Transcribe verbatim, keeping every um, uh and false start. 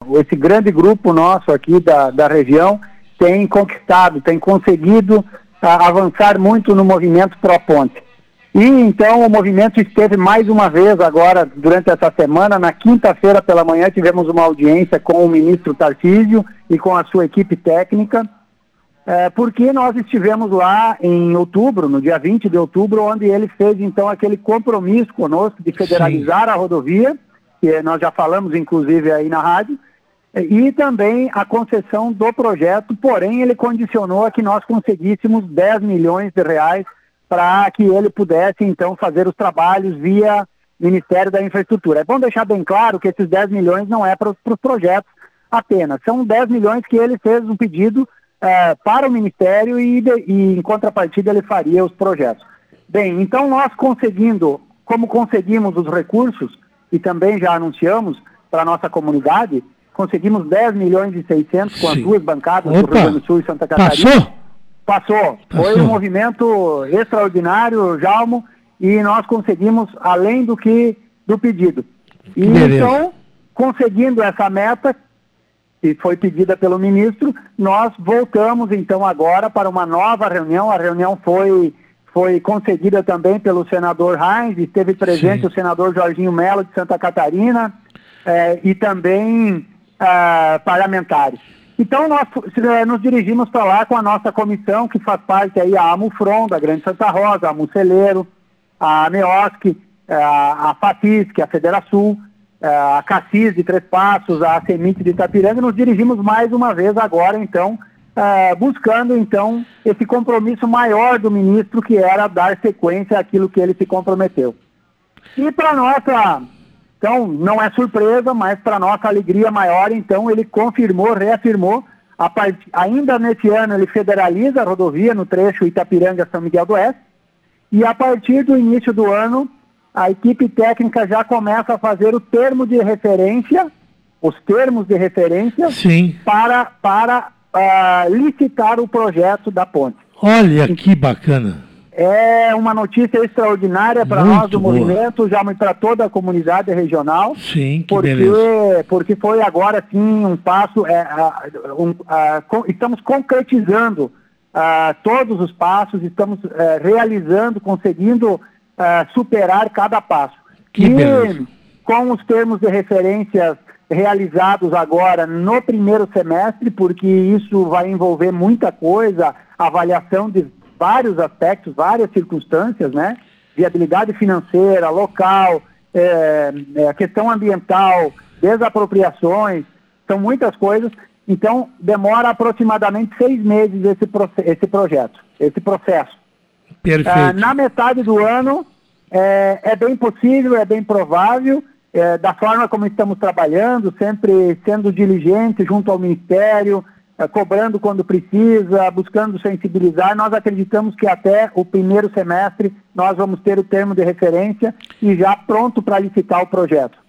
esse grande grupo nosso aqui da, da região tem conquistado, tem conseguido a, avançar muito no movimento pró-ponte. E então o movimento esteve mais uma vez agora, durante essa semana, na quinta-feira pela manhã tivemos uma audiência com o ministro Tarcísio e com a sua equipe técnica, é, porque nós estivemos lá em outubro, no dia vinte de outubro, onde ele fez então aquele compromisso conosco de federalizar Sim. a rodovia, que nós já falamos inclusive aí na rádio, e também a concessão do projeto, porém ele condicionou a que nós conseguíssemos dez milhões de reais para que ele pudesse então fazer os trabalhos via Ministério da Infraestrutura. É bom deixar bem claro que esses dez milhões não é para os pro projetos apenas, são dez milhões que ele fez um pedido é, para o Ministério e, de, e em contrapartida ele faria os projetos. Bem, então nós conseguindo, como conseguimos os recursos, e também já anunciamos para a nossa comunidade, conseguimos dez milhões e seiscentos com Sim. as duas bancadas Opa. do Rio Grande do Sul e Santa Catarina. Passou? Passou. Passou. Foi um movimento extraordinário, Jalmo, e nós conseguimos além do que do pedido. E Beleza. então, conseguindo essa meta, que foi pedida pelo ministro, nós voltamos então agora para uma nova reunião. A reunião foi, foi concedida também pelo senador Heinz, esteve presente Sim. o senador Jorginho Melo de Santa Catarina eh, e também eh, parlamentares. Então nós eh, nos dirigimos para lá com a nossa comissão, que faz parte aí a AMUFRON, da Grande Santa Rosa, a AMUCeleiro, a MEOSC, a, a FATISC, a Federasul, a CACIS de Três Passos, a CEMIT de Itapiranga. Nos dirigimos mais uma vez agora, então, uh, buscando, então, esse compromisso maior do ministro, que era dar sequência àquilo que ele se comprometeu. E para nossa, então, não é surpresa, mas para nossa alegria maior, então, ele confirmou, reafirmou, a part... ainda nesse ano ele federaliza a rodovia no trecho Itapiranga-São Miguel do Oeste, e a partir do início do ano, a equipe técnica já começa a fazer o termo de referência, os termos de referência Sim. para, para uh, licitar o projeto da ponte. Olha que bacana. É uma notícia extraordinária para nós do boa. movimento, já para toda a comunidade regional. Sim, que porque, beleza. Porque foi agora sim um passo, é, uh, um, uh, com, estamos concretizando uh, todos os passos, estamos uh, realizando, conseguindo Uh, superar cada passo. Que e beleza. Com os termos de referência realizados agora no primeiro semestre, porque isso vai envolver muita coisa, avaliação de vários aspectos, várias circunstâncias, né? Viabilidade financeira, local, é, é, questão ambiental, desapropriações, são muitas coisas. Então, demora aproximadamente seis meses esse, esse projeto, esse processo. Perfeito. Uh, na metade do ano, é, é bem possível, é bem provável, é, da forma como estamos trabalhando, sempre sendo diligente junto ao Ministério, é, cobrando quando precisa, buscando sensibilizar, nós acreditamos que até o primeiro semestre nós vamos ter o termo de referência e já pronto para licitar o projeto.